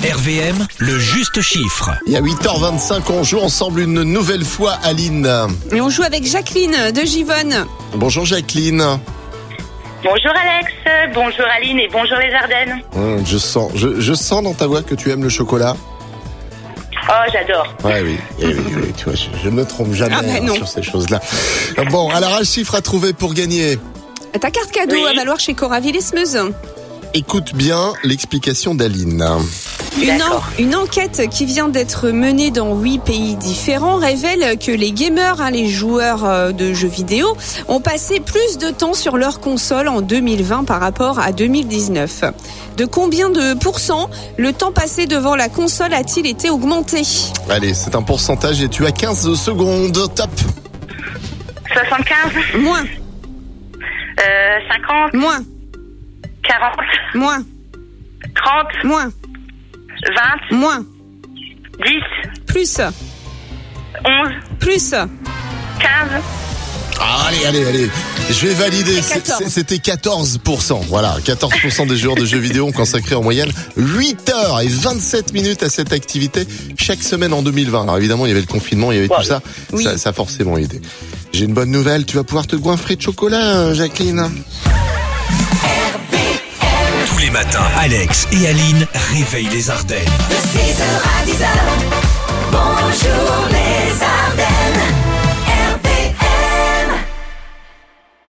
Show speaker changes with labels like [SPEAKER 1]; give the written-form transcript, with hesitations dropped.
[SPEAKER 1] RVM, le juste chiffre.
[SPEAKER 2] Et à 8h25, on joue ensemble une nouvelle fois, Aline.
[SPEAKER 3] Et on joue avec Jacqueline de Givonne.
[SPEAKER 2] Bonjour Jacqueline.
[SPEAKER 4] Bonjour Alex, bonjour Aline et bonjour les Ardennes.
[SPEAKER 2] Je sens dans ta voix que tu aimes le chocolat.
[SPEAKER 4] Oh, j'adore.
[SPEAKER 2] Ouais, oui, tu vois, je ne me trompe jamais sur ces choses-là. Bon, alors un chiffre à trouver pour gagner.
[SPEAKER 3] Ta carte cadeau à valoir chez Coraville et Smeuse.
[SPEAKER 2] Écoute bien l'explication d'Aline.
[SPEAKER 3] Une enquête qui vient d'être menée dans 8 pays différents révèle que les gamers, les joueurs de jeux vidéo, ont passé plus de temps sur leur console en 2020 par rapport à 2019. De combien de pourcents le temps passé devant la console a-t-il été augmenté ?
[SPEAKER 2] Allez, c'est un pourcentage et tu as 15 secondes. Top.
[SPEAKER 4] 75.
[SPEAKER 3] Moins.
[SPEAKER 4] 50.
[SPEAKER 3] Moins.
[SPEAKER 4] 40.
[SPEAKER 3] Moins.
[SPEAKER 4] 30.
[SPEAKER 3] Moins.
[SPEAKER 4] 20.
[SPEAKER 3] Moins.
[SPEAKER 4] 10.
[SPEAKER 3] Plus.
[SPEAKER 4] 11.
[SPEAKER 3] Plus.
[SPEAKER 4] 15.
[SPEAKER 2] Allez. Je vais valider.
[SPEAKER 3] 14.
[SPEAKER 2] C'était 14%. Voilà, 14% des joueurs de jeux vidéo ont consacré en moyenne 8h et 27 minutes à cette activité chaque semaine en 2020. Alors évidemment, il y avait le confinement, il y avait tout ça.
[SPEAKER 3] Oui.
[SPEAKER 2] Ça a forcément aidé. J'ai une bonne nouvelle. Tu vas pouvoir te goinfrer de chocolat, Jacqueline.
[SPEAKER 1] Tous les matins, Alex et Aline réveillent les Ardennes.
[SPEAKER 5] De 6h à 10h, bonjour les Ardennes.